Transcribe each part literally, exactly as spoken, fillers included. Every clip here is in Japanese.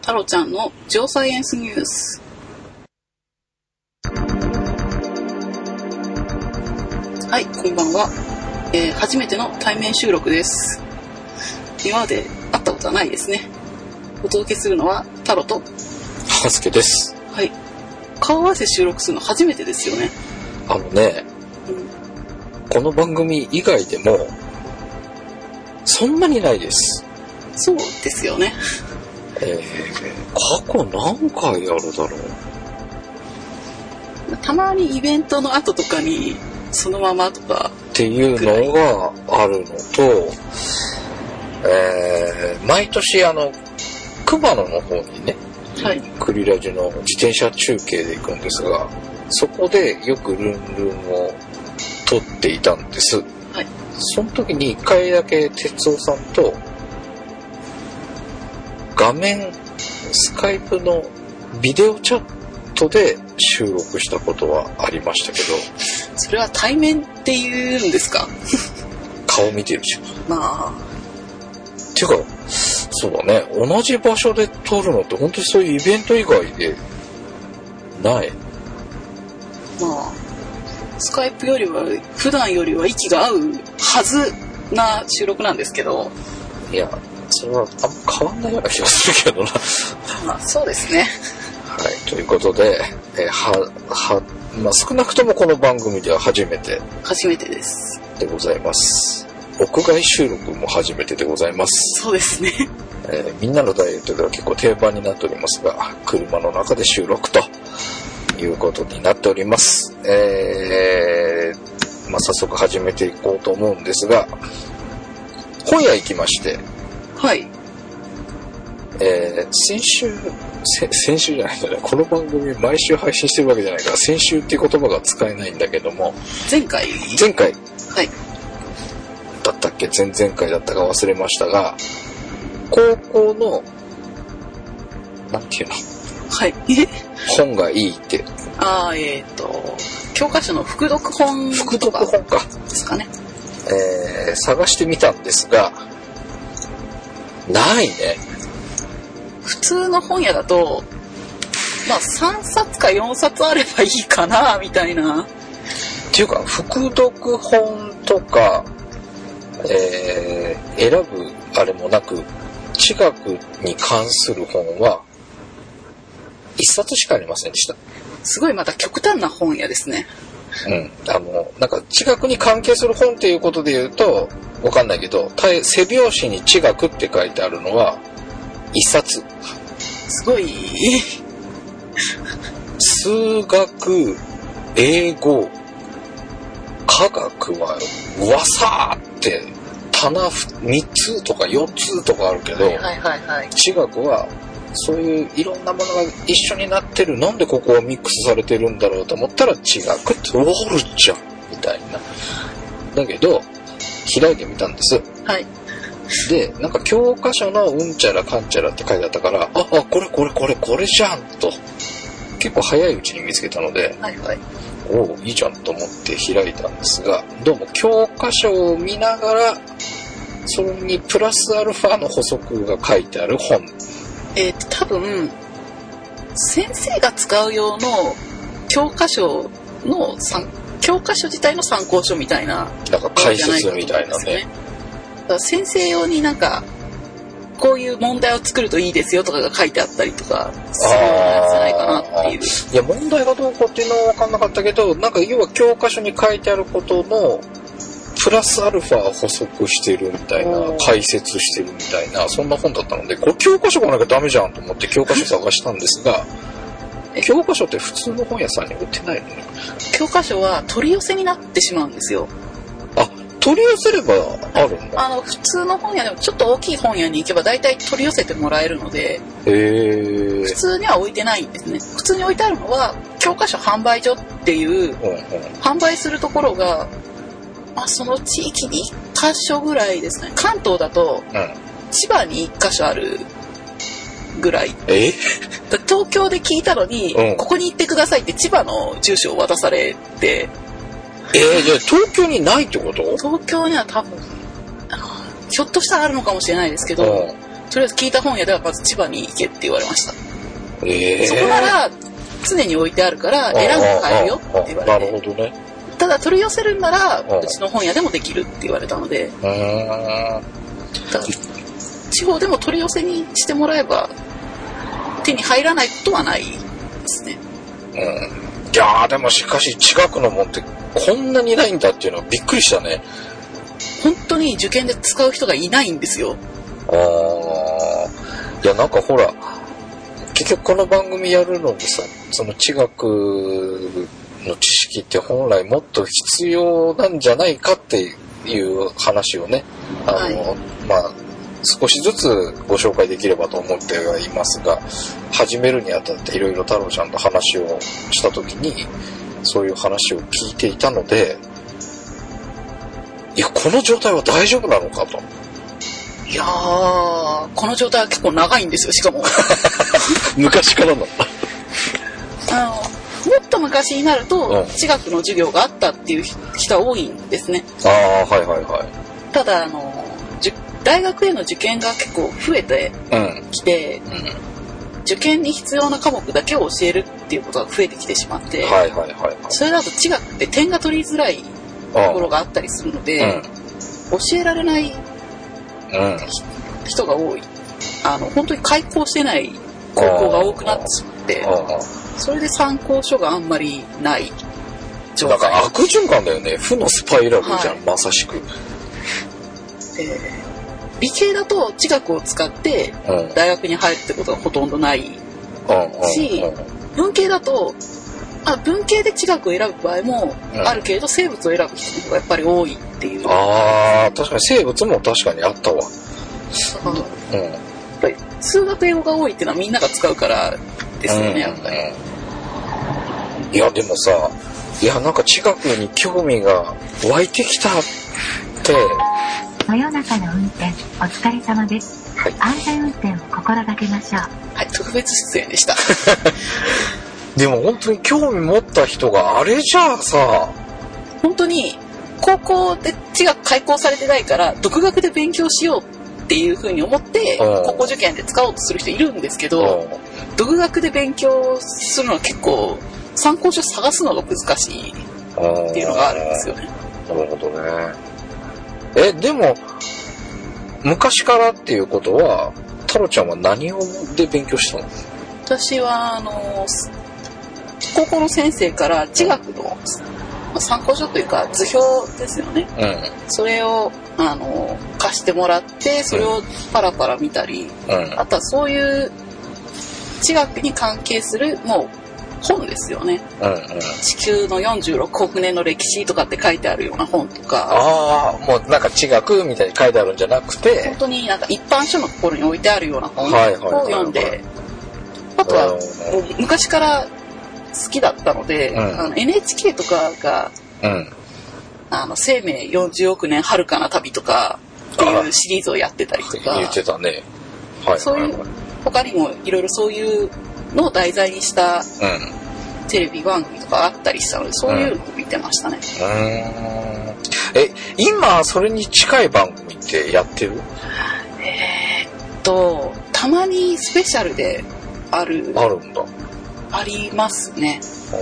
太郎ちゃんのジオサイエンスニュース。はい、こんばんは、えー、初めての対面収録です。今まで会ったことはないですね。お届けするのは太郎とはすけです。 はい、顔合わせ収録するの初めてですよね。 あのね、うん、この番組以外でもそんなにないです。 そうですよね。 えー、過去何回やるだろう。たまにイベントの後とかにそのままとかっていうのがあるのと、えー、毎年あの熊野の方にね、はい、クリラジの自転車中継で行くんですが、そこでよくルンルンを撮っていたんです。はい、その時に一回だけ哲夫さんと画面スカイプのビデオチャットで収録したことはありましたけど。 それは対面っていうんですか？ 顔見てるし。 まあ。 っていうか、そうだね。同じ場所で撮るのって本当にそういうイベント以外でない。 まあ、スカイプよりは普段よりは息が合うはずな収録なんですけど。 いや、それはあんま変わんないような気がするけどな。 まあそうですね。 はい、ということで、えー、ははまあ、少なくともこの番組では初めて初めてですでございます。屋外収録も初めてでございます。 そうですね。 えー、みんなのダイエットでは結構定番になっておりますが、車の中で収録ということになっております。えー、まあ、早速始めていこうと思うんですが、本屋行きまして、 はい。 えー、先週先週じゃないんだね。この番組毎週配信してるわけじゃないから、先週っていう言葉が使えないんだけども、 前回前回はいだったっけ、前々回だったか忘れましたが、高校のなんていうの、 はい本がいいって、 ああ、えっ、ー、と教科書の副読本副読本かですかね、 えー、探してみたんですが、ないね。 普通の本屋だと、まあさんさつかよんさつあればいいかなみたいな。 っていうか副読本とか、えー、選ぶあれもなく、地学に関する本はいっさつしかありませんでした。 すごいまた極端な本屋ですね。 うん、あのなんか地学に関係する本っていうことで言うとわかんないけど、背表紙に地学って書いてあるのはいっさつ。 すごい数学、英語、科学はわさーって棚みっつとかよっつとかあるけど、 はいはいはいはい、 地学はそういういろんなものが一緒になってる。なんでここはミックスされてるんだろうと思ったら地学っておるじゃんみたいな。だけど開いてみたんです。 はい。 で、なんか教科書のうんちゃらかんちゃらって書いてあったから、あ、あ、これこれこれこれじゃんと結構早いうちに見つけたので、 はいはい、 おおいいじゃんと思って開いたんですが、どうも教科書を見ながらそれにプラスアルファの補足が書いてある本。 えー、多分先生が使う用の教科書の教科書自体の参考書みたいな、 なんか解説みたいなね。 だから先生用になんかこういう問題を作るといいですよとかが書いてあったりとかするやつじゃないかなっていう。 いや、問題がどうかっていうのは分かんなかったけど、なんか要は教科書に書いてあることのプラスアルファ補足してるみたいな、解説してるみたいな、そんな本だったので、これ教科書がなきゃダメじゃんと思って教科書探したんですが教科書って普通の本屋さんに売ってないのね。教科書は取り寄せになってしまうんですよ。 あ、取り寄せればあるんだ。 あの普通の本屋でもちょっと大きい本屋に行けば大体取り寄せてもらえるので、 へー、 普通には置いてないんですね。普通に置いてあるのは教科書販売所っていう、うんうん、販売するところが、まあ、その地域にいっかしょぐらいですね。関東だと、うん、千葉にいっかしょあるぐらい。 え東京で聞いたのに、うん、ここに行ってくださいって千葉の住所を渡されて、 えー、じゃあ東京にないってこと？ 東京には多分ひょっとしたらあるのかもしれないですけど、うん、 とりあえず聞いた本屋ではまず千葉に行けって言われました。 えー、 そこなら常に置いてあるから選んで買えるよって言われて。 なるほどね。 ただ取り寄せるならうちの本屋でもできるって言われたので、 うーん、 ただ地方でも取り寄せにしてもらえば手に入らないことはないですね。 うん、いやーでもしかし近くのもんってこんなにないんだっていうのはびっくりしたね。 本当に受験で使う人がいないんですよ。 あー、いやなんかほら結局この番組やるのにさ、その地学の知識って本来もっと必要なんじゃないかっていう話をね、あの、はい、まあ少しずつご紹介できればと思ってはいますが、始めるにあたっていろいろ太郎ちゃんと話をした時にそういう話を聞いていたので、いやこの状態は大丈夫なのかと。 いやーこの状態は結構長いんですよ。しかも昔からのあのもっと昔になると、うん、地学の授業があったっていう人は多いんですね。 ああはいはいはい。 ただあの大学への受験が結構増えてきて、うんうん、受験に必要な科目だけを教えるっていうことが増えてきてしまって、 はいはいはいはい、 それだと地学って点が取りづらいところがあったりするので、うん、教えられない人が多い。あの本当に開講してない高校が多くなってしまって、それで参考書があんまりない状態。 だから悪循環だよね。負のスパイラルじゃん、はい、まさしく。 えー理系だと地学を使って大学に入るってことがほとんどないし、文系だとあ文系で地学を選ぶ場合もあるけれど生物を選ぶ人がやっぱり多いっていう。 あー確かに生物も確かにあったわ。 うん、やっぱり数学英語が多いっていうのはみんなが使うからですよね、やっぱり。 いやでもさ、いやなんか地学に興味が湧いてきたって真夜中の運転お疲れ様です、はい、安全運転を心がけましょう。 はい、特別出演でしたでも本当に興味持った人があれじゃあさ、 本当に高校で地学開講されてないから独学で勉強しようっていう風に思って高校受験で使おうとする人いるんですけど、独学で勉強するのは結構参考書探すのが難しいっていうのがあるんですよね。 なるほどね。えでも昔からっていうことは太郎ちゃんは何をで勉強したの？ 私はあの高校の先生から地学の参考書というか図表ですよね、うん、それをあの貸してもらってそれをパラパラ見たり、うん、あとはそういう地学に関係するもう本ですよね、うんうん、地球のよんじゅうろくおくねんの歴史とかって書いてあるような本とか、 ああもうなんか地学みたいに書いてあるんじゃなくて本当になんか一般書のところに置いてあるような本を読んで、あとはもう昔から好きだったので、うん、あの エヌエイチケー とかが、うん、あの生命よんじゅうおくねん遥かな旅とかっていうシリーズをやってたりとか言ってたね、はい、 そういう他にもいろいろそういうのを題材にしたテレビ番組とかあったりしたので、そういうのを見てましたね、うん、 え今それに近い番組ってやってる？ えー、っとたまにスペシャルであるあるんだありますね。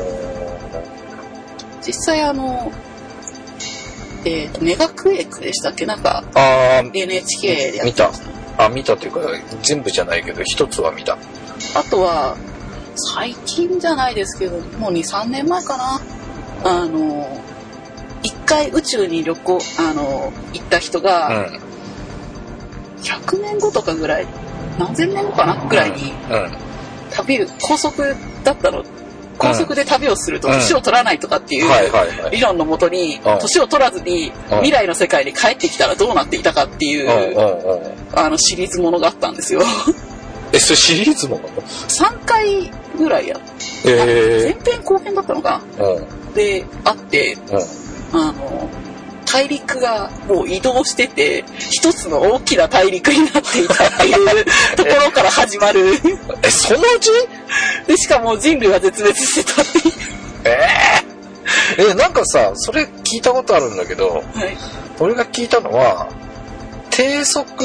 実際あのえー、っとメガクエイクでしたっけ、なんかあ エヌエイチケー でやってました、ね、 見たあ見たというか全部じゃないけど一つは見た。 あとは最近じゃないですけどもう にさんねんまえかな、あの一回宇宙に旅行あの行った人が、うん、ひゃくねんごとかぐらい何千年後かなぐらいに、うんうん、旅高速だったの高速で旅をすると年を取らないとかっていう理論のもとに年を取らずに未来の世界に帰ってきたらどうなっていたかっていうあのシリーズものがあったんですよ。 え、それシリーズもの？ さんかいぐらいやって、えー、前編後編だったのかな、うん、であって、うん、あの大陸がもう移動してて一つの大きな大陸になっていたっていうところから始まるえ、そのうちでしかも人類は絶滅してたってえー、えなんかさそれ聞いたことあるんだけど、はい、俺が聞いたのは低速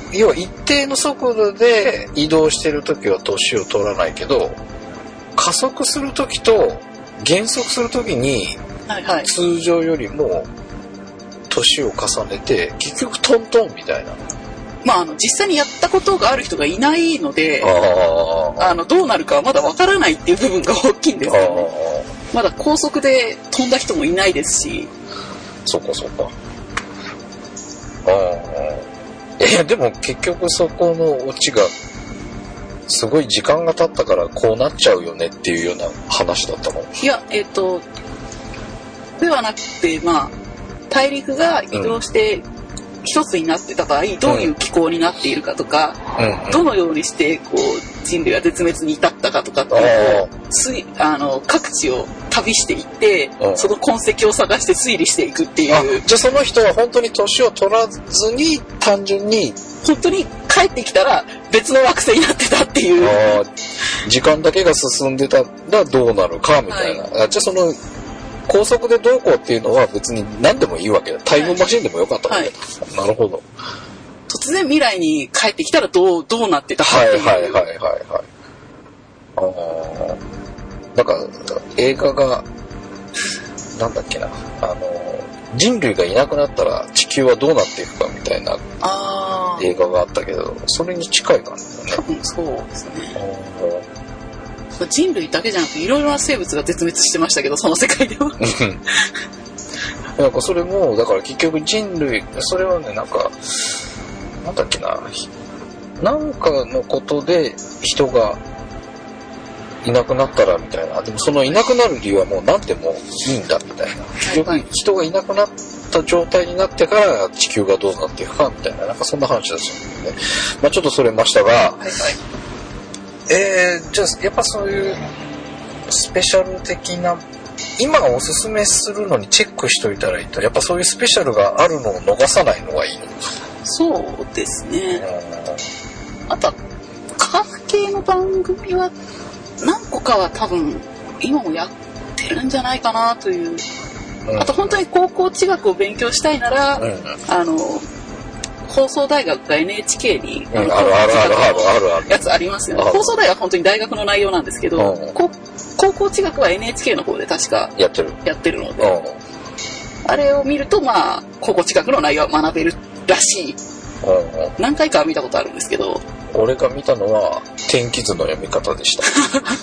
要は一定の速度で移動してるときは年を取らないけど、加速するときと減速するときに通常よりも年を重ねて結局トントンみたいな。 まあ、あの実際にやったことがある人がいないので、ああのどうなるかはまだわからないっていう部分が大きいんですよね。まだ高速で飛んだ人もいないですし。 そっかそっか。ああ。いやでも結局そこのオチがすごい時間が経ったからこうなっちゃうよねっていうような話だったの。 いや、えっとではなくて、まあ大陸が移動して一つになってた場合、うん、どういう気候になっているかとか、うんうん、どのようにしてこう人類は絶滅に至ったかとかっていうのをあの各地を旅していって、うん、その痕跡を探して推理していくっていう。 じゃあその人は本当に年を取らずに単純に本当に帰ってきたら別の惑星になってたっていう。 あ時間だけが進んでたらどうなるかみたいな。はい、あじゃあその高速でどうこうっていうのは別に何でもいいわけだ。タイムマシンでもよかったわけだ、はい、なるほど。 突然未来に帰ってきたらどうどうなってたかっていう。 はいはいはいはいはい。ああ。なんか映画がなんだっけな、あの人類がいなくなったら地球はどうなっていくかみたいな映画があったけど、それに近い感じだね。 多分そうですね。人類だけじゃなくていろいろな生物が絶滅してましたけど、その世界ではなんかそれもだから結局人類それはね、なんかなんだっけな、なんかのことで人がいなくなったらみたいな。でもそのいなくなる理由はもう何でもいいんだみたいな。結局人がいなくなった状態になってから地球がどうなっていくかみたいな、なんかそんな話ですよね。まあちょっとそれましたが、はいはい、えー、じゃあやっぱそういうスペシャル的な今おすすめするのにチェックしといたらいいと、やっぱそういうスペシャルがあるのを逃さないのがいいの。 そうですね。あとは科学系の番組は何個かは多分今もやってるんじゃないかなという、うん、あと本当に高校地学を勉強したいなら、うん、あの放送大学が エヌエイチケー に、うん、あるあるあるあるあるやつありますよね。放送大学は本当に大学の内容なんですけど、うん、高校地学は エヌエイチケー の方で確かやってるやってるので、うん、あれを見るとまあ高校地学の内容は学べるらしい。うん、何回かは見たことあるんですけど、 俺が見たのは天気図の読み方でした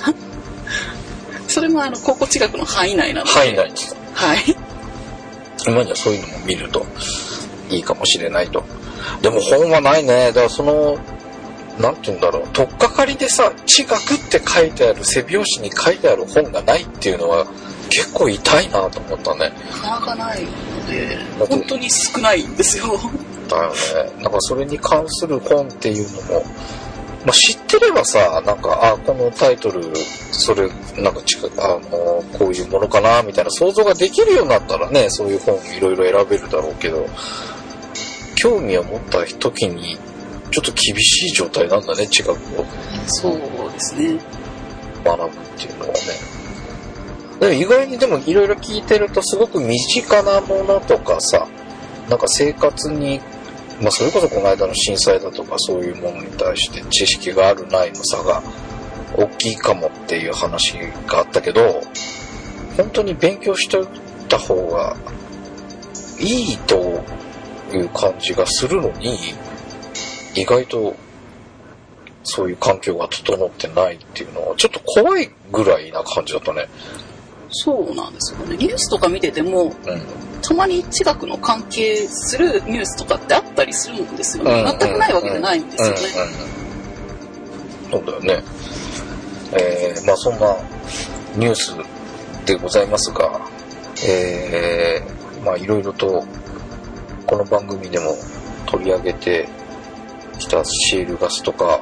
それもあの高校地学の範囲内なので。 範囲内ですか。 はい。 今にはそういうのも見るといいかもしれないと。でも本はないね。だからそのなんて言うんだろう、取っかかりでさ地学って書いてある背表紙に書いてある本がないっていうのは結構痛いなと思ったね。 なかなかないので本当に少ないんですよ。 だよね。なんかそれに関する本っていうのも、まあ、知ってればさ、なんかあこのタイトルそれなんかちあのこういうものかなみたいな想像ができるようになったらね、そういう本いろいろ選べるだろうけど、興味を持った時にちょっと厳しい状態なんだね、地学を。 そうですね。 学ぶっていうのはね。でも意外にでもいろいろ聞いてるとすごく身近なものとかさ、なんか生活に、まあそれこそこの間の震災だとかそういうものに対して知識があるないの差が大きいかもっていう話があったけど、本当に勉強しておいた方がいいという感じがするのに、意外とそういう環境が整ってないっていうのはちょっと怖いぐらいな感じだったね。 そうなんですよね。ニュースとか見てても、うん、たまに地学の関係するニュースとかってあったりするんですよね。うん、全くないわけじゃないんですよね。 そうだよね。えー、まあそんなニュースでございますが、えー、まあいろいろとこの番組でも取り上げてきたシェールガスとか、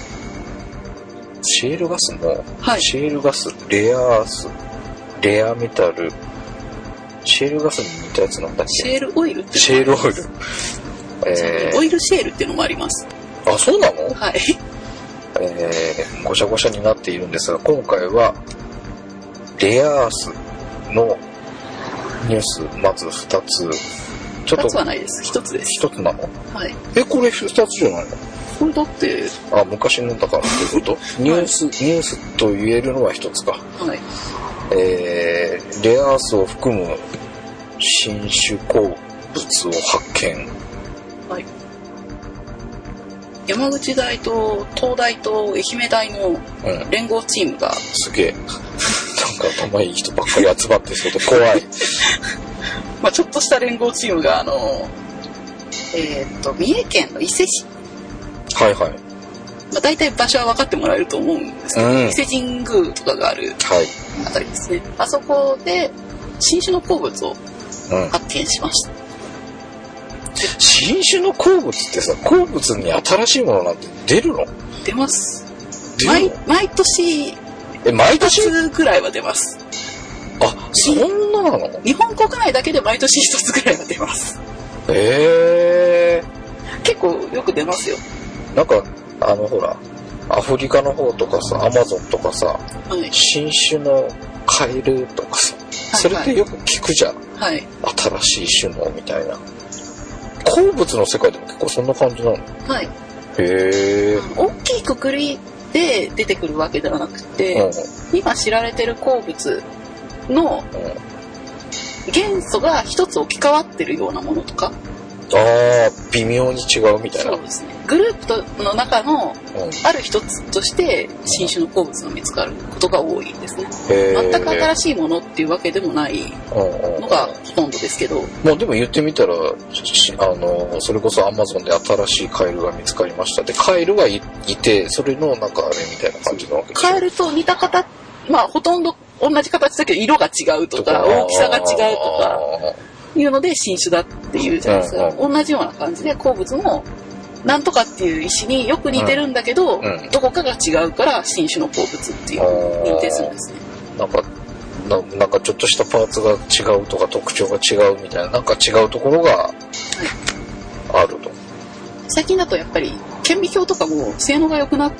シェールガスも、はい、シェールガス、レアアース、レアメタル、シェールガスに似たやつなんだっけ？ シェールオイルってシェールオイル、 えー、オイルシェールっていうのもあります。 あ、そうなの？ はい。 えー、ごしゃごしゃになっているんですが、今回はレアアースのニュースまずふたつちょっとふたつはないです。ひとつです。 ひとつなの？ はい。 え、これふたつじゃないの？ これだって、 あ、昔のだからってことニュース、はい、ニュースと言えるのはひとつか。 はい。 えー、レアアースを含む新種鉱物を発見。 はい。山口大と東大と愛媛大の連合チームが、うん、 すげえなんか頭いい人ばっかり集まってそうで怖いまあちょっとした連合チームがあのえー、っと三重県の伊勢市、 はいはい、 まあ、大体場所は分かってもらえると思うんですけど、うん、伊勢神宮とかがあるあたりですね、はい、あそこで新種の鉱物を発見しました、うん。 新種の鉱物ってさ、鉱物に新しいものなんて出るの？ 出ます。毎毎年え毎年ふたつぐらいは出ます。 あ、そんななの？ 日本国内だけで毎年ひとつぐらいは出ます。 へえー。結構よく出ますよ。 なんかあのほらアフリカの方とかさ、アマゾンとかさ、はい、新種のカエルとかさ、それってよく聞くじゃん。 はい。 新しい種のみたいな。鉱物の世界でも結構そんな感じなの？ はい。 へー。 大きいくくりで出てくるわけではなくて、うん、今知られてる鉱物の元素が一つ置き換わってるようなものとか、 ああ、微妙に違うみたいな。 そうですね。グループとの中のある一つとして新種の鉱物が見つかることが多いですね。全く新しいものっていうわけでもないのがほとんどですけど。 まあでも言ってみたら、あのそれこそアマゾンで新しいカエルが見つかりましたで、カエルが い, いて、それのなんかあれみたいな感じなわけです。 カエルと似た形、まあほとんど同じ形だけど色が違うとか大きさが違うとかいうので新種だっていうじゃないですか。うんうん、同じような感じで鉱物もなんとかっていう石によく似てるんだけど、うんうん、どこかが違うから新種の鉱物っていう認定するんですね。 なんか な, なんかちょっとしたパーツが違うとか特徴が違うみたいな、なんか違うところがあると、はい、 最近だとやっぱり顕微鏡とかも性能が良くなって、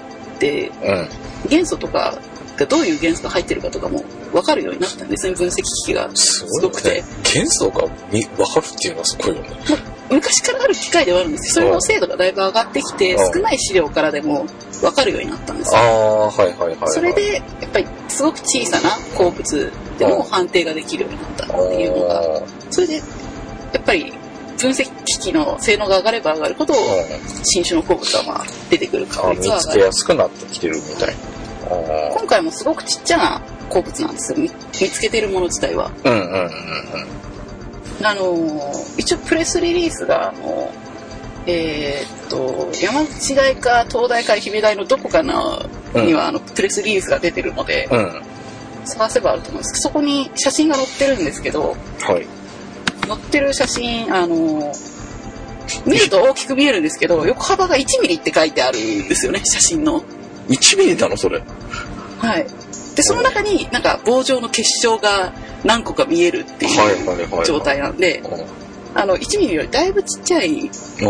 うん、元素とかがどういう元素が入ってるかとかも分かるようになったんですね。分析機器がすごくて、 ね、元素が分かるっていうのはすごいよね。 昔からある機械ではあるんですけど、それの精度がだいぶ上がってきて、少ない資料からでも分かるようになったんですよ。 ああ、はいはいはい、はい。 それでやっぱりすごく小さな鉱物でも判定ができるようになったっていうのが、それでやっぱり分析機器の性能が上がれば上がるほど、新種の鉱物がまあ出てくる確率は上がる。 見つけやすくなってきてるみたいな。 今回もすごくちっちゃな鉱物なんですよ、見つけてるもの自体は。 うんうんうんうん。 あの一応プレスリリースがあの、えー、っと山口大か東大か愛媛大のどこかのには、うん、あのプレスリリースが出てるので、うん、探せばあると思うんですけど、そこに写真が載ってるんですけど、はい、載ってる写真あの見ると大きく見えるんですけど、横幅がいちミリって書いてあるんですよね、写真の。 いちミリなのそれ？ はい。でその中になんか棒状の結晶が何個か見えるっていう状態なんで、あのいちミリよりだいぶちっちゃい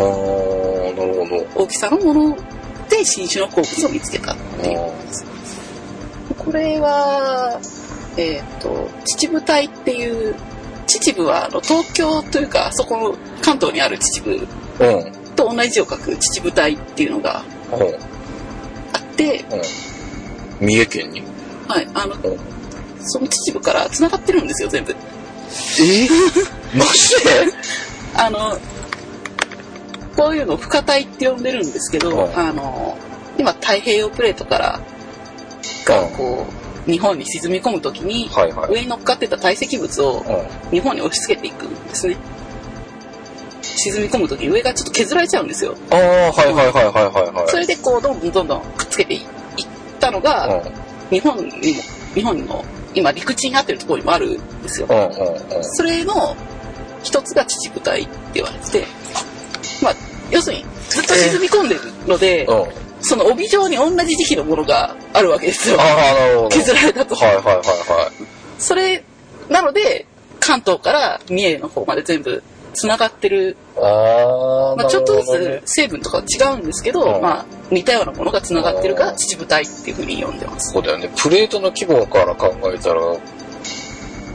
大きさのもので新種の鉱物を見つけたっていうことです。これは、えー、と秩父帯っていう、秩父はあの東京というかそこの関東にある秩父と同じ字を書く秩父帯っていうのがあって、 うん、三重県に、 はい、あの、うん、その秩父から繋がってるんですよ全部。えー、マジで？ あのこういうの深帯って呼んでるんですけど、うん、あの今太平洋プレートからがこう、うん、日本に沈み込むときに、はいはい、上に乗っかってた堆積物を日本に押し付けていくんですね。沈み込むときに上がちょっと削られちゃうんですよ。 ああ、はいはいはいはいはいはい。 それでこうどんどんどんどんくっつけていったのが、うん、日本にも日本の今陸地になってるところにもあるんですよ。うんうんうん、それの一つが秩父帯って言われてて、まあ要するにずっと沈み込んでるので、えーうん、その帯状に同じ時期のものがあるわけですよ。 あ、なるほど。 削られたと。 はいはいはいはい。 それなので関東から三重の方まで全部つながってる。 あ、 まあ、ちょっとずつ成分とかは違うんですけど、うん、まあ似たようなものがつながってるから秩父帯っていう風に呼んでます。 そうだよね。プレートの規模から考えたら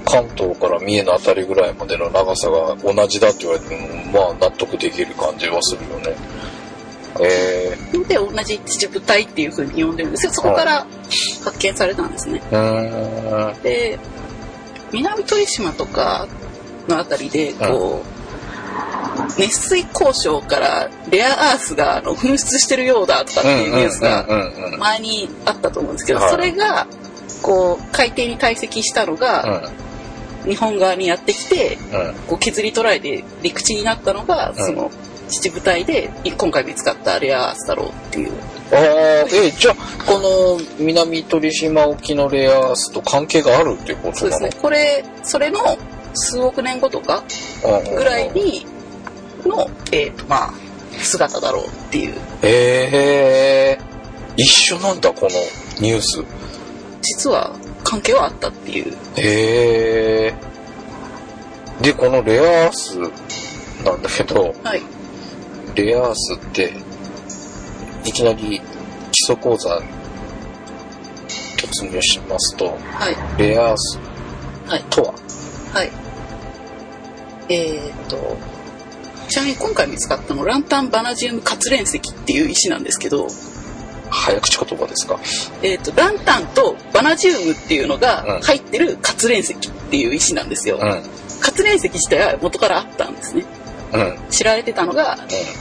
関東から三重のあたりぐらいまでの長さが同じだって言われても、まあ納得できる感じはするよね。えー、で同じ秩父帯っていう風に呼んでるんですよ。そこから発見されたんですね。 うん、 で南鳥島とかのあたりでこう、うん、熱水鉱床からレアアースがあの噴出してるようだとかっていうニュースが前にあったと思うんですけど、それがこう海底に堆積したのが日本側にやってきて、うん、こう削り取られて陸地になったのが、うん、その秩父帯で今回見つかったレアアースだろうっていう。 ああ、えじゃあこの南鳥島沖のレアアースと関係があるっていうことなの？ そうですね。これそれの数億年後とかぐらいにのえっとまあ姿だろうっていう。 ええー、一緒なんだこのニュース。 実は関係はあったっていう。 へえ。でこのレアアースなんだけど、 はい、 レアアースっていきなり基礎講座突入しますと、 はい、 レアアースとは、 はいはい、えー、っとちなみに今回見つかったのランタンバナジウム活連石っていう石なんですけど、 早口言葉ですか？ えー、とランタンとバナジウムっていうのが入ってる活連石っていう石なんですよ、うん、活連石自体は元からあったんですね、うん、知られてたのが、うん、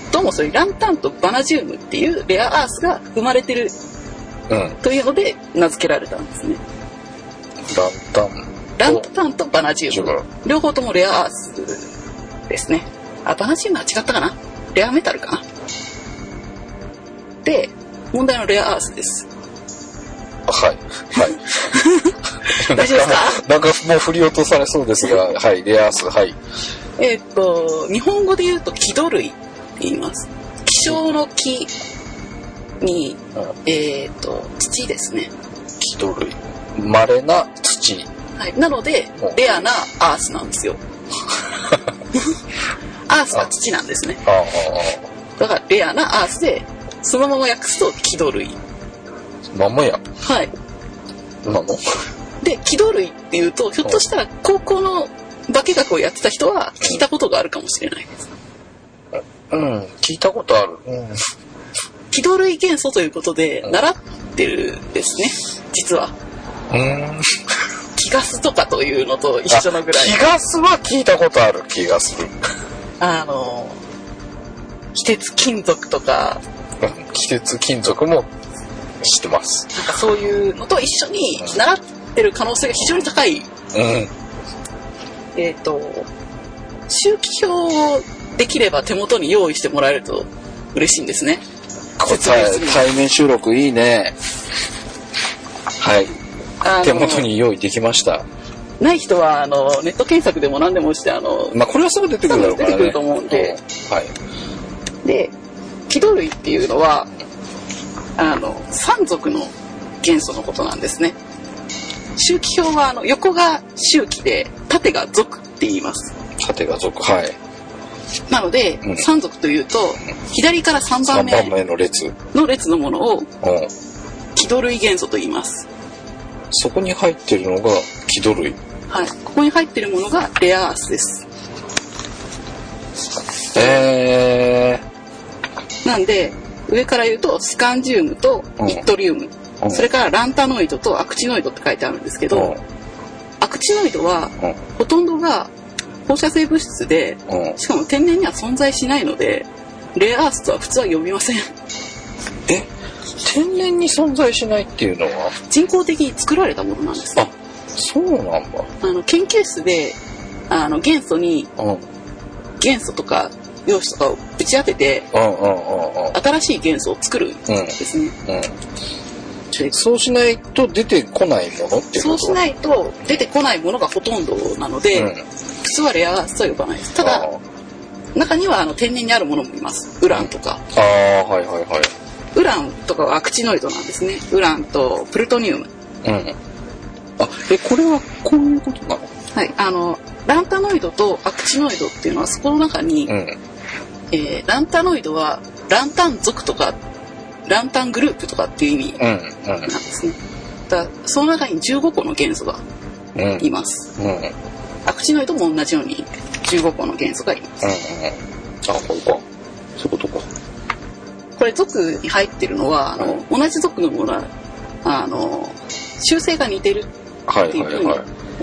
どうもそれランタンとバナジウムっていうレアアースが含まれてる、うん、というので名付けられたんですね。 ランタンランタンとバナジウム両方ともレアアースですね。あ、バナジウムは違ったかな、レアメタルかな。で問題のレアアースです。 はいはい大丈夫ですか？ なんかもう振り落とされそうですがはいレアアースはいえー、っと日本語で言うと木土類って言います。希少の木に、うん、えー、っと土ですね。 木土類稀な土、 はい、なのでレアなアースなんですよアースは土なんですね。 ああだからレアなアースでそのまま訳すと木土類。 まんまや。 はい。 なの？ で木土類っていうとひょっとしたら高校の化学をやってた人は聞いたことがあるかもしれないです。 うん、うん、聞いたことある。うん、 木土類元素ということで習ってるんですね、実は。 うーん。 気ガスとかというのと一緒のぐらい。 気ガスは聞いたことある気がする。 あの非鉄金属とか。 非鉄金属も知ってます。 なんかそういうのと一緒に習ってる可能性が非常に高い。うん。えっと周期表をできれば手元に用意してもらえると嬉しいんですね。 対面収録いいね。はい。手元に用意できました。 ない人はあのネット検索でも何でもしてあの。 まあこれはすぐ出てくるだろうからね。 出てくると思うんで。 はい。 で木土類っていうのはあの三族の元素のことなんですね。周期表はあの横が周期で縦が族って言います。 縦が族、はい。 なので、うん、三族というと、うん、左からさんばんめの列の列のものを木土類元素と言います。 そこに入ってるのが木土類。 はい。ここに入ってるものがレアアースです。 えー。 なんで上から言うとスカンジウムとイットリウム、うん、それからランタノイドとアクチノイドって書いてあるんですけど、うん、アクチノイドは、うん、ほとんどが放射性物質で、うん、しかも天然には存在しないのでレアアースとは普通は呼びません。 え、天然に存在しないっていうのは人工的に作られたものなんですね。 あ、そうなんだ。 あの研究室であの元素に、うん、元素とか陽子とかをぶち当てて、うんうんうんうん、新しい元素を作るんですね、うんうん、そうしないと出てこないものっていうこと？ そうしないと出てこないものがほとんどなので、うん、普通はレアアースとは呼ばないです。ただ中にはあの天然にあるものもいます。ウランとか、 うん、ああはいはいはい。 ウランとかはアクチノイドなんですね。ウランとプルトニウム、 うん、あえこれはこういうことなの？ はい、あのランタノイドとアクチノイドっていうのはそこの中に、うんえー、ランタノイドはランタン族とかランタングループとかっていう意味なんですね、うんうん、だその中にじゅうごこの元素がいます、 うんうん、 アクチノイドも同じようにじゅうごこの元素がいます、 うんうん、あ、これか、そういうことか。 これ属に入ってるのはあの、うん、同じ属のものはあの習性が似てるっていうふうに、はいはいはい、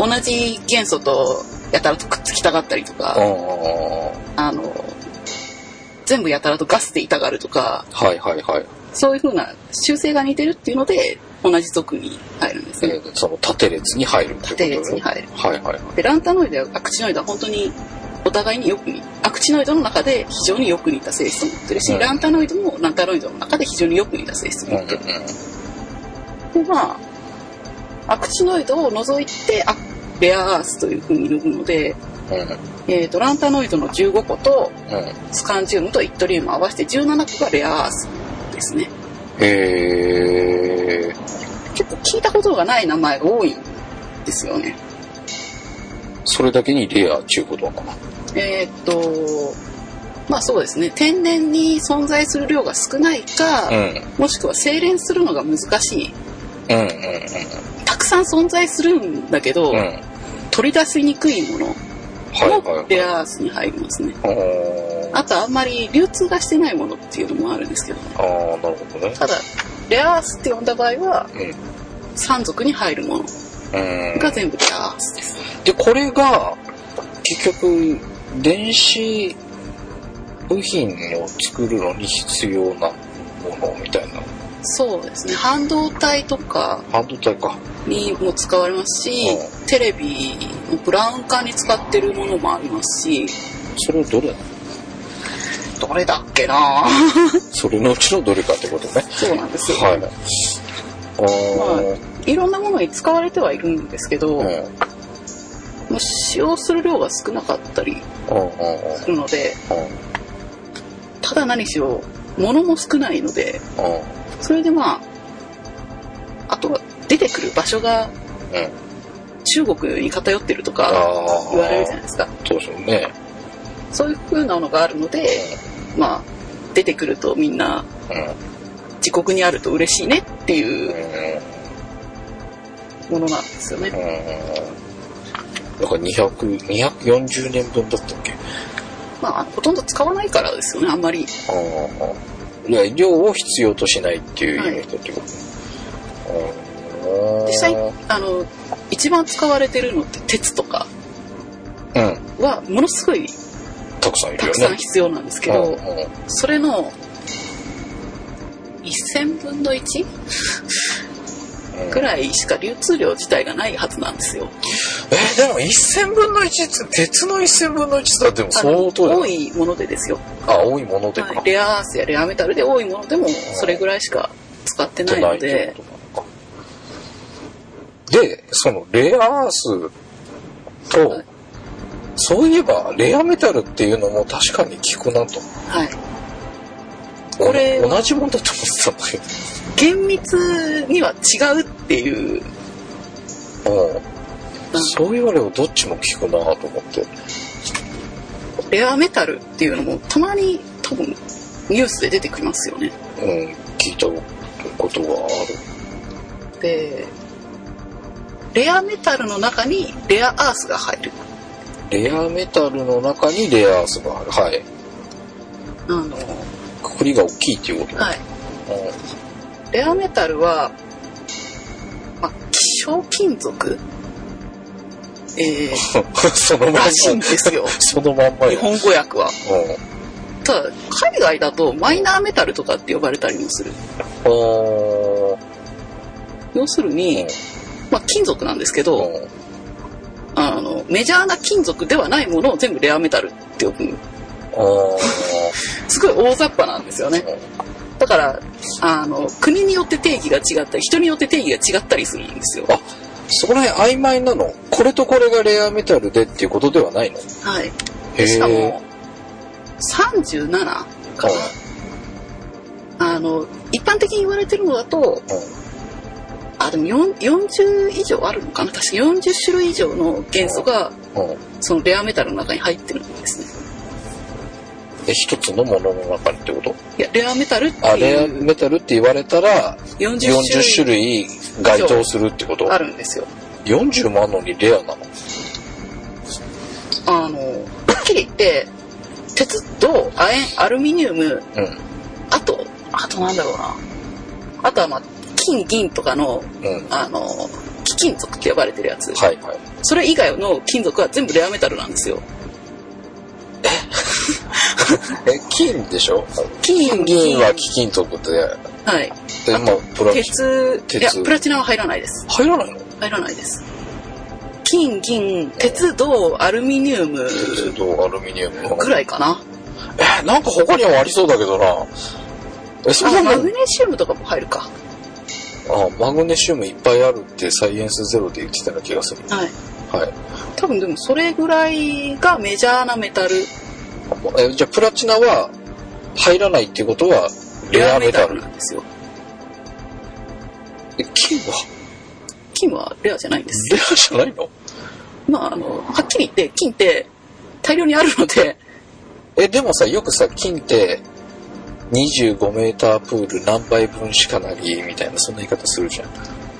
同じ元素とやたらとくっつきたがったりとか、あの全部やたらとガスでいたがるとか、 はいはいはい、 そういう風な習性が似てるっていうので同じ属に入るんですね。 えー、その縦列に入るってことね。 縦列に入る。 はいはいはい。 でランタノイドやアクチノイドは本当にお互いによく似アクチノイドの中で非常によく似た性質を持ってるし、うん、ランタノイドもランタノイドの中で非常によく似た性質を持ってる。うんうん、でまあアクチノイドを除いてあレアアースという風に呼ぶので、うんえー、とランタノイドのじゅうごこと、うん、スカンジウムとイットリウム合わせてじゅうななこがレアアースですね。 へー。 結構聞いたことがない名前が多いんですよね。 それだけにレアっていうことなのかな。 えっとまあそうですね、天然に存在する量が少ないか、うん、もしくは精錬するのが難しい、うんうんうん、たくさん存在するんだけど、うん、取り出しにくいものもレアアースに入りますね。はいはいはい、あとあんまり流通がしてないものっていうのもあるんですけどね。 ああ、なるほどね。 ただレアアースって呼んだ場合は、うん、さん属に入るものが全部レアアースです。 でこれが結局電子部品を作るのに必要なものみたいな。 そうですね、半導体とか半導体かにも使われますし、うん、テレビのブラウン管に使ってるものもありますし。 それはどれなの？ どれだっけなそれのうちのどれかってことね。 そうなんですよ、 はい、あ、 まあ、いろんなものに使われてはいるんですけど、うん、まあ、使用する量が少なかったりするので、うん、ただ何しろ物も少ないので、うん、それでまああとは出てくる場所が中国に偏ってるとか言われるじゃないですか。 そうですよね。 そういう風なのがあるので、うん、まあ出てくるとみんな、うん、自国にあると嬉しいねっていうものなんですよね。 うん、だからにひゃく、にひゃくよんじゅうねんぶんだったっけ？ まあほとんど使わないからですよね、あんまり。 あ、いや、量を必要としないっていう意味だってこと、 はい、実際あの一番使われてるのって鉄とかはものすごいたくさんいるよね。 たくさん必要なんですけど、うんうん、それのせんぶんのいちくらいしか流通量自体がないはずなんですよ。 えー、でもせんぶんのいちって鉄のせんぶんのいちだっても相当だ。 多いものでですよ。 あ、多いものでか、 はい、レアアースやレアメタルで多いものでもそれぐらいしか使ってないので、 でそのレアアースと、はい、そういえばレアメタルっていうのも確かに効くなと。 はい。 これ同じもんだと思ってたんだけど。 厳密には違うっていう。 うん。そう言われるとどっちも効くなと思って。 レアメタルっていうのもたまに多分ニュースで出てきますよね。 うん、聞いたことがある。 で、レアメタルの中にレアアースが入る。 レアメタルの中にレアアースがある。はい。 あのくくりが大きいっていうこと。 はい。うん、レアメタルは、まあ、希少金属、えー、 そのまんまらしいんですよ。 そのまんま。 日本語訳は。うん、ただ海外だとマイナーメタルとかって呼ばれたりもする。要するに、うん、まあ、金属なんですけど、うん、あのメジャーな金属ではないものを全部レアメタルって呼ぶ。すごい大雑把なんですよね。だからあの国によって定義が違ったり人によって定義が違ったりするんですよ。 あ、そこら辺曖昧なの？これとこれがレアメタルでっていうことではないの？ はい。しかもさんじゅうななかな。あの一般的に言われてるのだと、あ、でもよんじゅう以上あるのかな。確かよんじゅっしゅるい以上の元素がそのレアメタルの中に入ってるんですね。 え、一つのものの中にってこと？ いや、レアメタルっていう。 あ、レアメタルって言われたらよんじゅっしゅるい該当するってこと？ あるんですよ。 よんじゅうまんのにレアなの？ あのはっきり言って鉄と亜鉛アルミニウム、うん、あとあとなんだろうなあとはまあ金銀とかの、うん、あの貴金属って呼ばれてるやつ、はいはい、それ以外の金属は全部レアメタルなんですよ。 え金でしょ？金銀は貴金属で、 はい。 でもプラ鉄鉄いやプラチナは入らないです。 入らないの？ 入らないです。金銀鉄銅アルミニウム鉄銅アルミニウムぐらいかな。 えなんか他にもありそうだけどな。 えそんなマグネシウムとかも入るか。 あマグネシウムいっぱいあるってサイエンスゼロで言ってたような気がする。 はいはい。 多分でもそれぐらいがメジャーなメタル。 えじゃあプラチナは入らないっていうことはレアメタルなんですよ。 え金は金はレアじゃないんです。 レアじゃないの？ まああのはっきり言って金って大量にあるので。 えでもさよくさ金ってにじゅうごメータープール何杯分しかなりみたいなそんな言い方するじゃん。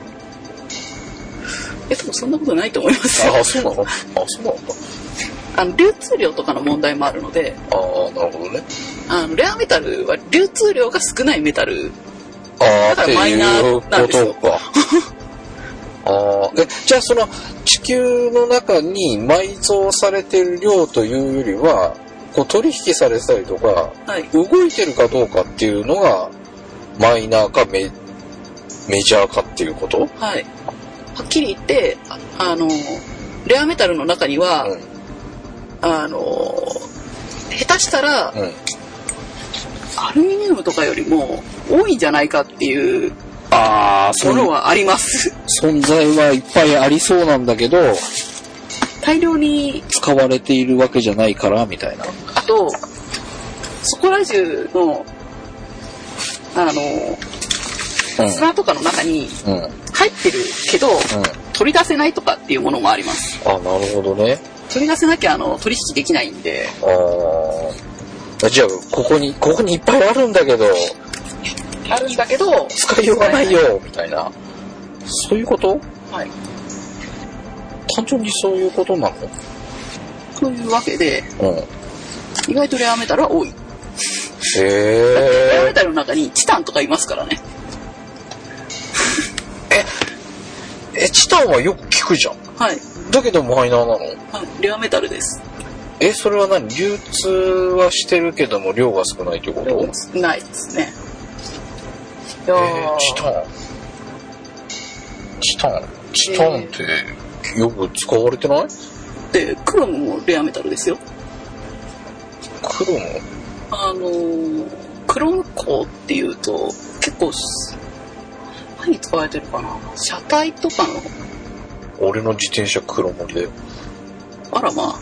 えでもそんなことないと思いますよ。 あそうなの？あそうなんだ。 あの流通量とかの問題もあるので。 ああなるほどね。 あのレアメタルは流通量が少ないメタル。 ああだからマイナーなんですよ。 っていうことか。あえじゃあその地球の中に埋蔵されている量というよりはこう取引されてたりとか、はい、動いてるかどうかっていうのがマイナーか メ, メジャーかっていうこと？ はい。はっきり言ってああのレアメタルの中には、うん、あの下手したら、うん、アルミニウムとかよりも多いんじゃないかっていうあものはあります。 存在はいっぱいありそうなんだけど大量に使われているわけじゃないからみたいな。 あとそこら中のあの、うん、砂とかの中に入ってるけど、うん、取り出せないとかっていうものもあります。 あなるほどね。 取り出せなきゃあの取引できないんで。 あじゃあここにここにいっぱいあるんだけどあるんだけど使いようがないよみたいなそういうこと？ はい。 単純にそういうことなの？ というわけで、うん、意外とレアメタルは多い。へえ。 レアメタルの中にチタンとかいますからね。 え、えチタンはよく聞くじゃん。 はい。 だけどマイナーなの？はい。 レアメタルです。 え、それは何？流通はしてるけども量が少ないってこと？ 量が少ないですね。 えー、チタン。チタン。チタンって。えーよく使われてない？ でクロムもレアメタルですよ。 クロム？ あのー、クロム鋼っていうと結構何に使われてるかな。車体とかの。 俺の自転車クロムで。 あらまあ。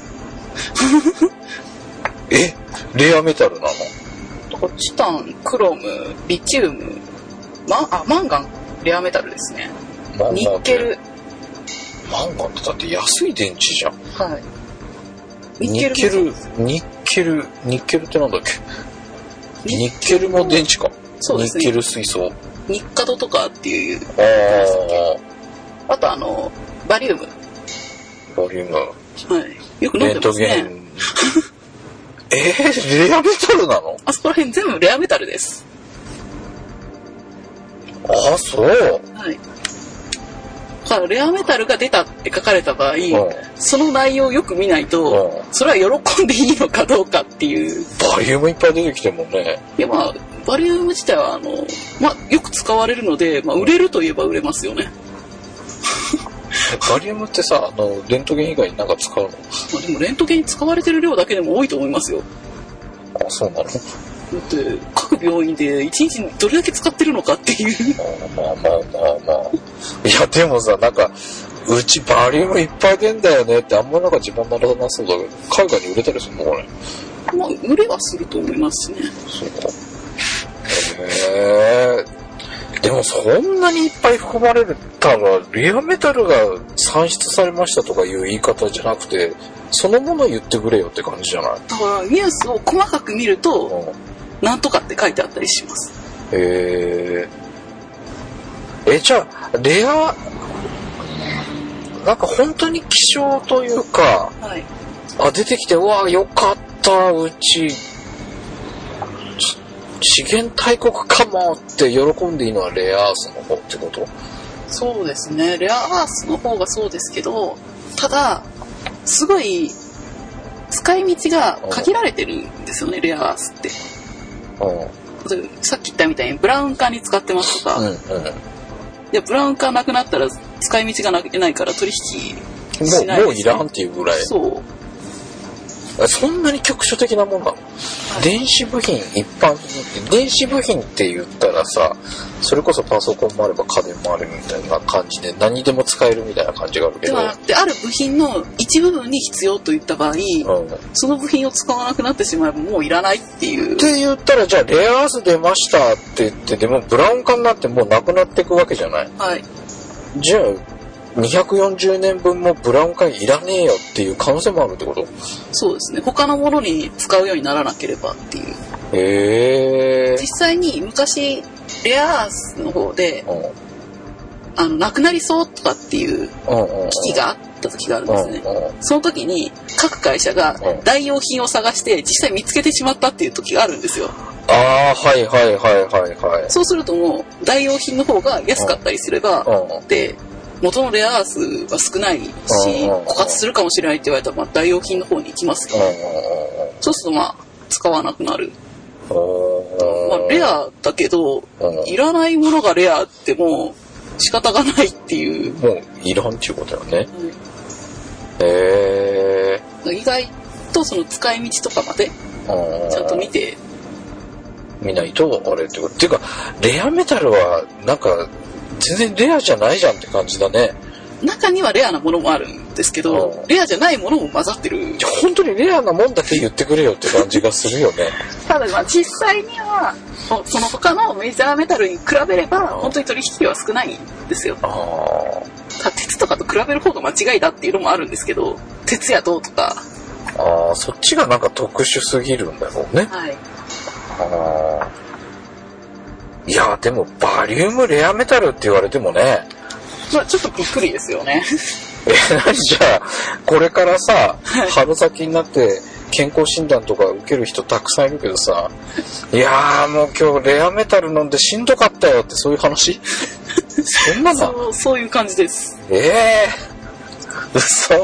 えレアメタルなの？ だからチタン、クロム、リチウム、マあマンガンレアメタルですね。ニッケル。 マンガンってだって安い電池じゃん。 はい。 ニッケル、ニッケル、ニッケルってなんだっけ？ニッケルも電池か。 そうですね。 ニッケル水素。 ニッカドとかっていう。 ああ。 あとあのバリウム。 バリウム。 はい。よく飲んでますね。レントゲン。 えー、レアメタルなの？ あそこら辺全部レアメタルです。 あ、そう。 はい。だからレアメタルが出たって書かれた場合、うん、その内容をよく見ないと、うん、それは喜んでいいのかどうかっていう。 バリウムいっぱい出てきてるもんね。 いやまあバリウム自体はあの、まあ、よく使われるので、まあ、売れるといえば売れますよね。 バリウムってさあのレントゲン以外に何か使うの？まあ、でもレントゲンに使われてる量だけでも多いと思いますよ。 あそうなの？だって各病院で一日にどれだけ使ってるのかっていう。 まあまあまあまあまあ。いやでもさなんかうちバリウムいっぱい出んだよねってあんまなんか自慢ならなそうだけど海外に売れたりするのこれ？ まあ売れはすると思いますね。 そうか。へえ。でもそんなにいっぱい含まれたらレアメタルが産出されましたとかいう言い方じゃなくてそのものを言ってくれよって感じじゃない？ だからニュースを細かく見ると、うん、なんとかって書いてあったりします。 へえ。えじゃあレアなんか本当に希少というか、はい、あ出てきてうわよかったうち資源大国かもって喜んでいいのはレアアースの方ってこと？ そうですね、レアアースの方がそうですけど、ただすごい使い道が限られてるんですよね、レアアースって。さっき言ったみたいにブラウン管に使ってますとか、うんうん、いやブラウン管なくなったら使い道がないから取引しないです、ね、もう、もういらんっていうぐらい。そうそんなに局所的なもんなの、はい、電子部品一般品電子部品って言ったらさ、それこそパソコンもあれば家電もあるみたいな感じで何でも使えるみたいな感じがあるけど、 ではなくてある部品の一部分に必要といった場合、うん、その部品を使わなくなってしまえばもういらないっていうって言ったら、じゃあレアアース出ましたって言ってでもブラウン管になってもうなくなっていくわけじゃない。はい。じゃあにひゃくよんじゅうねんぶんもブラウン管いらねえよっていう可能性もあるってこと？ そうですね、他のものに使うようにならなければっていう。 へー。 実際に昔レアアースの方で、うん、あのなくなりそうとかっていう危機があった時があるんですね、うんうん、その時に各会社が代用品を探して実際見つけてしまったっていう時があるんですよ。 ああはいはいはいはいはい。 そうするともう代用品の方が安かったりすれば、うんうん、で元のレアアースは少ないし枯渇するかもしれないって言われたら、まあ、代用品の方に行きますよね。そうするとまあ使わなくなる。まあ、レアだけどいらないものがレアってもう仕方がないっていう。 もういらんっていうことだよね。うん、へー。意外とその使い道とかまでちゃんと見て見ないとあれってこと。っていうかレアメタルはなんか全然レアじゃないじゃんって感じだね。 中にはレアなものもあるんですけど、うん、レアじゃないものも混ざってる。 じゃ本当にレアなもんだけ言ってくれよって感じがするよね。 ただまあ実際にはその他のメジャーメタルに比べれば本当に取引は少ないんですよ。あ鉄とかと比べる方が間違いだっていうのもあるんですけど、鉄や銅とか。 ああ、そっちがなんか特殊すぎるんだろうね。はい。あいやでもバリウムレアメタルって言われてもね、 まあちょっとびっくりですよね。 え何じゃあこれからさ、はい、春先になって健康診断とか受ける人たくさんいるけどさ、いやーもう今日レアメタル飲んでしんどかったよってそういう話？そんなの？ そうそういう感じです。 ええー、嘘。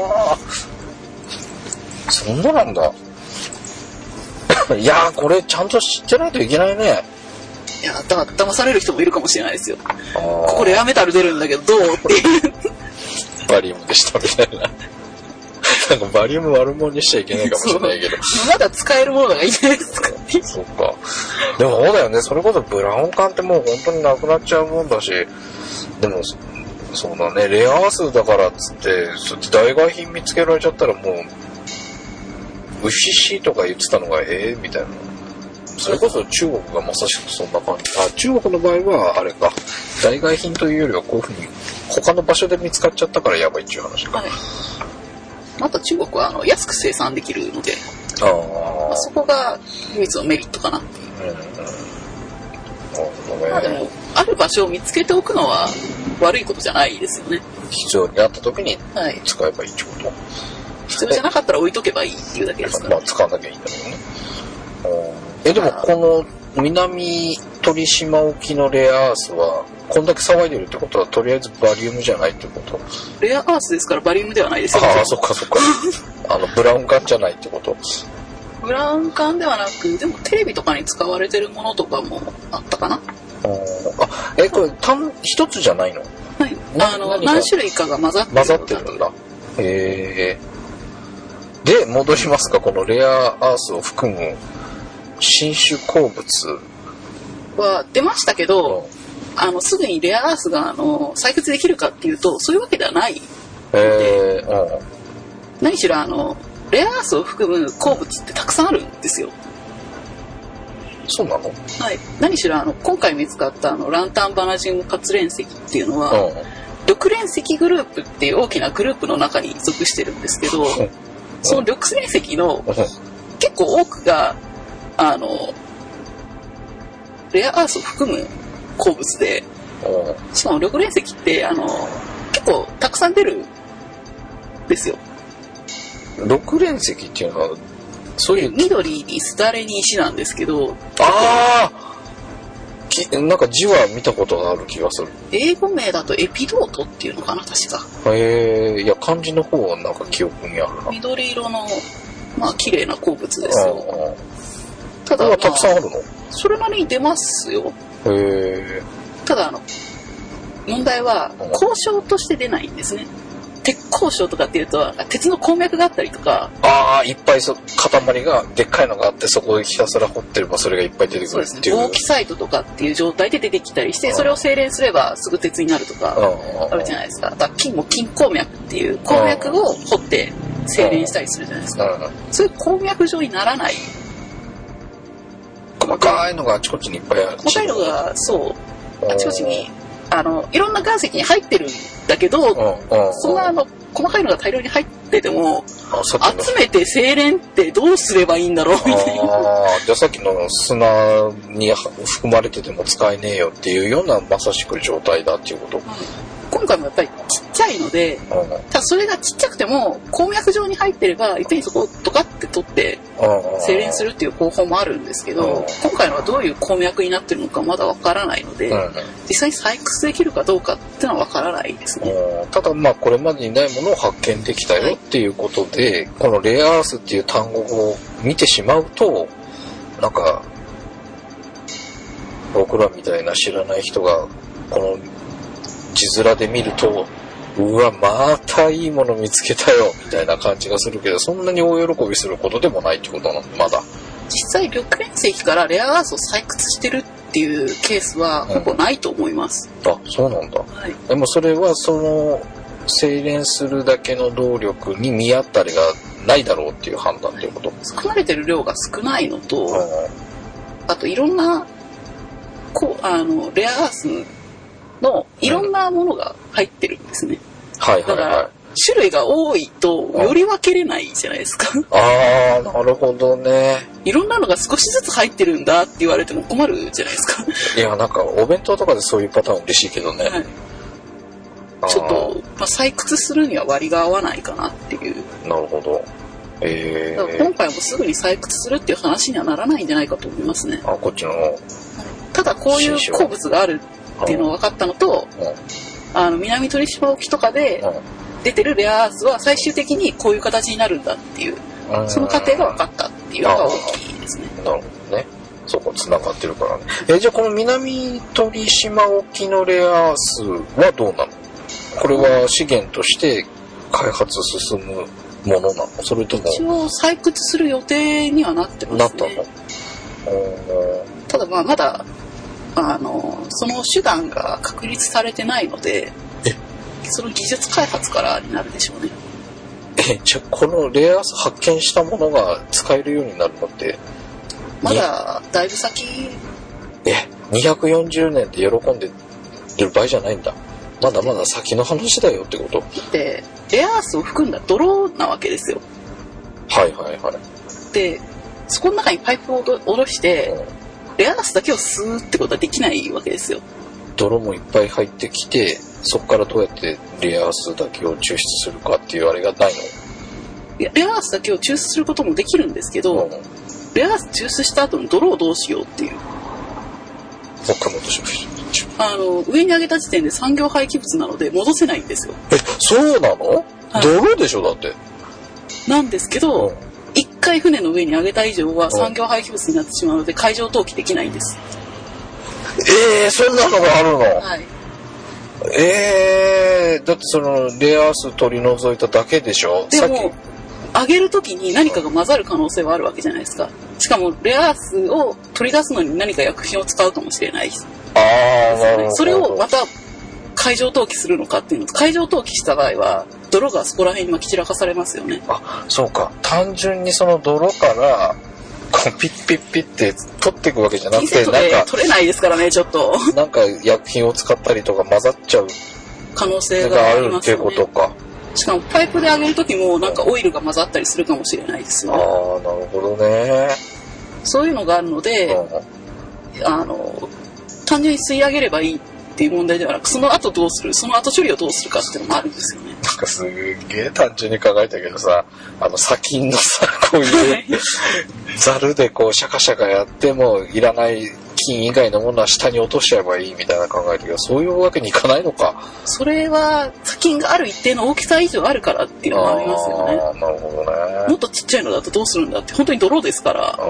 そんななんだ。いやーこれちゃんと知ってないといけないね。 いやだ騙される人もいるかもしれないですよ。ここレアメタル出るんだけどどうっていうバリウムでしたみたいな。なんかバリウム悪者にしちゃいけないかもしれないけどまだ使えるものがいいじゃないですか。 そうか。でもそうだよね、それこそブラウン管ってもう本当になくなっちゃうもんだし、でもそうだね、レアアースだからっつってそっち代替品見つけられちゃったらもうウシシとか言ってたのがええー、みたいな。それこそ中国がまさしくそんな感じ。あ、中国の場合はあれか、代替品というよりはこういうふうに他の場所で見つかっちゃったからやばいっていう話か。はい、 また中国はあの安く生産できるので、あ、まあ、そこが唯一のメリットかなっていう。うんうん、なるほどね。まあでもある場所を見つけておくのは悪いことじゃないですよね。 必要にあった時に使えばいいってこと。はい、 必要じゃなかったら置いとけばいいっていうだけですから。 まあ使わなきゃいいんだろうね。えでもこの南鳥島沖のレアアースはこんだけ騒いでるってことはとりあえずバリウムじゃないってこと？ レアアースですからバリウムではないですよ。 ああそっかそっか。あのブラウン管じゃないってこと？ ブラウン管ではなく、でもテレビとかに使われてるものとかもあったかな。あえこれ単一つじゃないの？ はい。あの何種類かが混ざってる。 混ざってるんだ。へえ。で戻りますか、このレアアースを含む新種鉱物は出ましたけど、うん、あのすぐにレアアースがあの採掘できるかっていうとそういうわけではないので、えーうん、何しろあのレアアースを含む鉱物ってたくさんあるんですよ。 そうなの？ はい。何しろあの今回見つかったあのランタンバナジウム活連石っていうのは、うん、緑連石グループっていう大きなグループの中に属してるんですけど、うん、その緑連石の結構多くがあのレアアースを含む鉱物で、しかも緑連石ってあの結構たくさん出るですよ。 六連石っていうのはそういう緑にすだれに石なんですけど、 ああなんか字は見たことがある気がする。 英語名だとエピドートっていうのかな、確か。 へえ、いや漢字の方はなんか記憶にあるな。 緑色のまあ綺麗な鉱物ですよ。 ただ、まあ、たくさんあるの？ それなりに出ますよ。 へえ。ただあの問題は鉱床として出ないんですね。鉄鉱床とかっていうと鉄の鉱脈があったりとか、 ああいっぱいそ塊がでっかいのがあってそこでひたすら掘ってればそれがいっぱい出てくるっていう。そうですね。 ボーキサイトとかっていう状態で出てきたりして、それを精錬すればすぐ鉄になるとかあるじゃないですか。だから金も金鉱脈っていう鉱脈を掘って精錬したりするじゃないですか。そういう鉱脈状にならない。 細かいのがあちこちにいっぱいある。 細かいのがそうあちこちにあのいろんな岩石に入ってるんだけど、そんなあの細かいのが大量に入ってても集めて精錬ってどうすればいいんだろうみたいな。 あじゃあさっきの砂に含まれてても使えねえよっていうようなまさしく状態だっていうこと。うん、 今回もやっぱりちっちゃいので、うん、ただそれがちっちゃくても鉱脈状に入ってればいっぺんにそこをドカって取って精錬するっていう方法もあるんですけど、うん、今回のはどういう鉱脈になってるのかまだわからないので、うん、実際に採掘できるかどうかっていうのはわからないですね。 ただまあこれまでにないものを発見できたよっていうことで、はい、このレアアースっていう単語を見てしまうとなんか僕らみたいな知らない人がこの字面で見るとうわまたいいもの見つけたよみたいな感じがするけど、そんなに大喜びすることでもないってことなのまだ。 実際緑連石からレアアースを採掘してるっていうケースはほぼないと思います。 うん、あそうなんだ、はい、でもそれはその精錬するだけの動力に見合ったりがないだろうっていう判断ということ、はい、 含まれてる量が少ないのと、うん、あといろんなこうあのレアアースのいろんなものが入ってるんですね。 うん、はいはいはい。だから種類が多いとより分けれないじゃないですか。 ああなるほどね。 いろんなのが少しずつ入ってるんだって言われても困るじゃないですか。 いやなんかお弁当とかでそういうパターン嬉しいけどね。はい、 ちょっと、まあ、採掘するには割が合わないかなっていう。 なるほど。えー、 だから今回もすぐに採掘するっていう話にはならないんじゃないかと思いますね。 あこっちの。 ただこういう鉱物があるっていうのが分かったのと、うん、あの南鳥島沖とかで出てるレアアースは最終的にこういう形になるんだっていう、うん、その過程が分かったっていうのが大きいですね。 なるほどね。そこ繋がってるからね。えじゃあこの南鳥島沖のレアアースはどうなの？これは資源として開発進むものなの？それとも一応採掘する予定にはなってますね。 なったの？ ただまあまだあのその手段が確立されてないので、その技術開発からになるでしょうね。 えじゃあこのレアアース発見したものが使えるようになるのってまだだいぶ先。 えにひゃくよんじゅうねんで喜んでる場合じゃないんだ。まだまだ先の話だよってこと。 でレアアースを含んだ泥なわけですよ。 はいはいはい。 でそこの中にパイプを下ろして、うんレアアースだけを吸うってことはできないわけですよ。 泥もいっぱい入ってきてそこからどうやってレアアースだけを抽出するかっていうあれがないの？ いやレアアースだけを抽出することもできるんですけど、うん、レアアース抽出した後の泥をどうしようっていう。 他のしあの上に上げた時点で産業廃棄物なので戻せないんですよ。 えそうなの？はい、泥でしょだって。 なんですけど、うん一回船の上に上げた以上は産業廃棄物になってしまうので海上投棄できないんです。 えー、そんなのがあるの？ はい。 えー、だってそのレアアース取り除いただけでしょ？ でも上げるときに何かが混ざる可能性はあるわけじゃないですか。しかもレアアースを取り出すのに何か薬品を使うかもしれないです。 ああ、なるほど。 それをまた海上投棄するのかっていうのと、海上投棄した場合は泥がそこら辺にまき散らかされますよね。 あ、そうか。単純にその泥からこうピッピッピッって取っていくわけじゃなくて、 なんか取れないですからね、ちょっと。 なんか薬品を使ったりとか混ざっちゃう可能性がありますよね。 あるってことか。 しかもパイプで上げる時もなんかオイルが混ざったりするかもしれないですよね。 ああ、なるほどね。 そういうのがあるので、うん、あの単純に吸い上げればいいっっていう問題ではなく、その後どうする、その後処理をどうするかっていうのもあるんですよね。 なんかすげえ単純に考えたけどさ、あの砂金のさ、こういうザルでこうシャカシャカやってもいらない金以外のものは下に落としちゃえばいいみたいな考えたけど、そういうわけにいかないのか。 それは砂金がある一定の大きさ以上あるからっていうのもありますよね。 ああ、なるほどね。 もっとちっちゃいのだとどうするんだって、本当に泥ですから。あ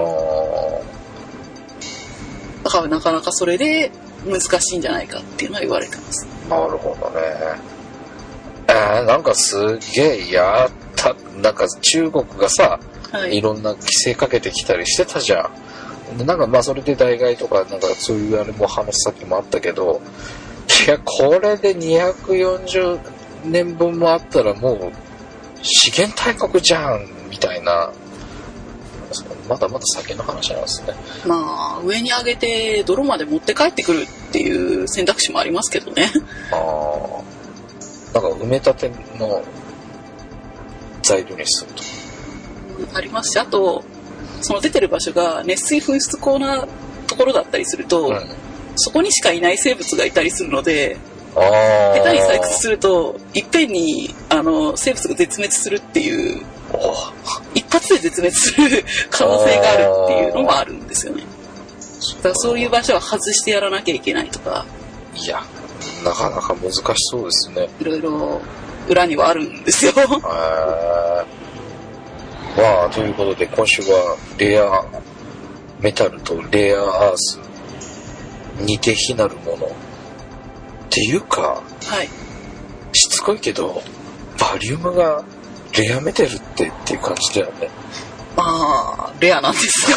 だからなかなかそれで難しいんじゃないかっていうのは言われてます。 なるほどね。えー、なんかすげえやった、なんか中国がさ、はい、いろんな規制かけてきたりしてたじゃん。なんかまあそれで代替とかなんかそういうあれも話さっきもあったけど、いやこれでにひゃくよんじゅうねんぶんもあったらもう資源大国じゃんみたいな、まだまだ先の話なんですね。 まあ上に上げて泥まで持って帰ってくるっていう選択肢もありますけどね。 ああ、なんか埋め立ての材料にすると、 うん、ありますし、あとその出てる場所が熱水噴出口なところだったりすると、うん、そこにしかいない生物がいたりするので、あ下手に採掘するといっぺんにあの生物が絶滅するっていう、一発で絶滅する可能性があるっていうのもあるんですよね。だからそういう場所は外してやらなきゃいけないとか、 いやなかなか難しそうですね。 いろいろ裏にはあるんですよ。 まあということで今週はレアメタルとレアアース似て非なるものっていうか、 はい、 しつこいけどバリウムがレアメタルってっていう感じだよね。 まあレアなんですよ。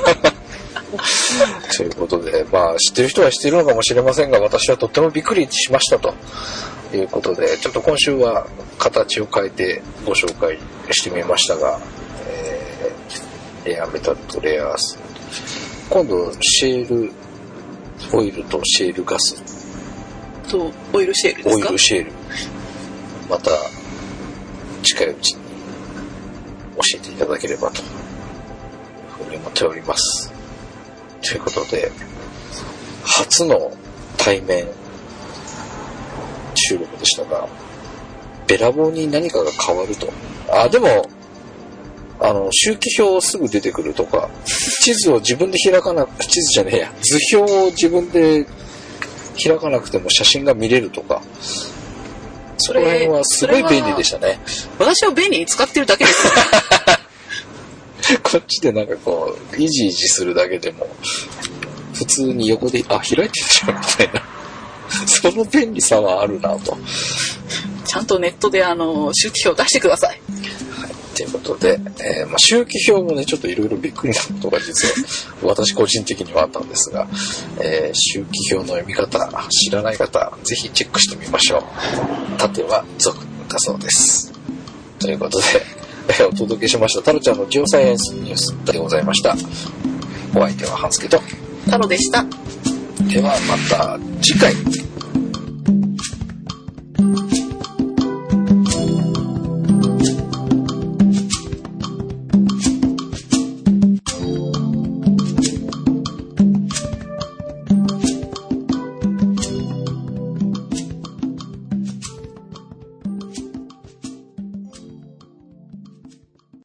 ということで、まあ知ってる人は知ってるのかもしれませんが、私はとってもびっくりしましたということで、ちょっと今週は形を変えてご紹介してみましたが、えー、レアメタルとレアアース、今度シェールオイルとシェールガスとオイルシェールですか。 オイルシェール、また近いうちに教えていただければというふうに思っております。ということで初の対面収録でしたが、べらぼうに何かが変わると。あ、でもあの周期表すぐ出てくるとか、地図を自分で開かなく、地図じゃねえや、図表を自分で開かなくても写真が見れるとか、それ辺はすごい便利でしたね。 私は便利に使ってるだけです。 こっちでなんかこうイジイジするだけでも普通に横であ開いてるじゃんみたいな、その便利さはあるなと。 ちゃんとネットであの周期表出してください。 はい、ということで、えーまあ、周期表もねちょっといろいろびっくりなことが実は私個人的にはあったんですが、えー、周期表の読み方知らない方ぜひチェックしてみましょう。縦は属だそうです。ということでお届けしましたタロちゃんのジオサイエンスニュースでございました。お相手はハンスケとタロでした。 ではまた次回。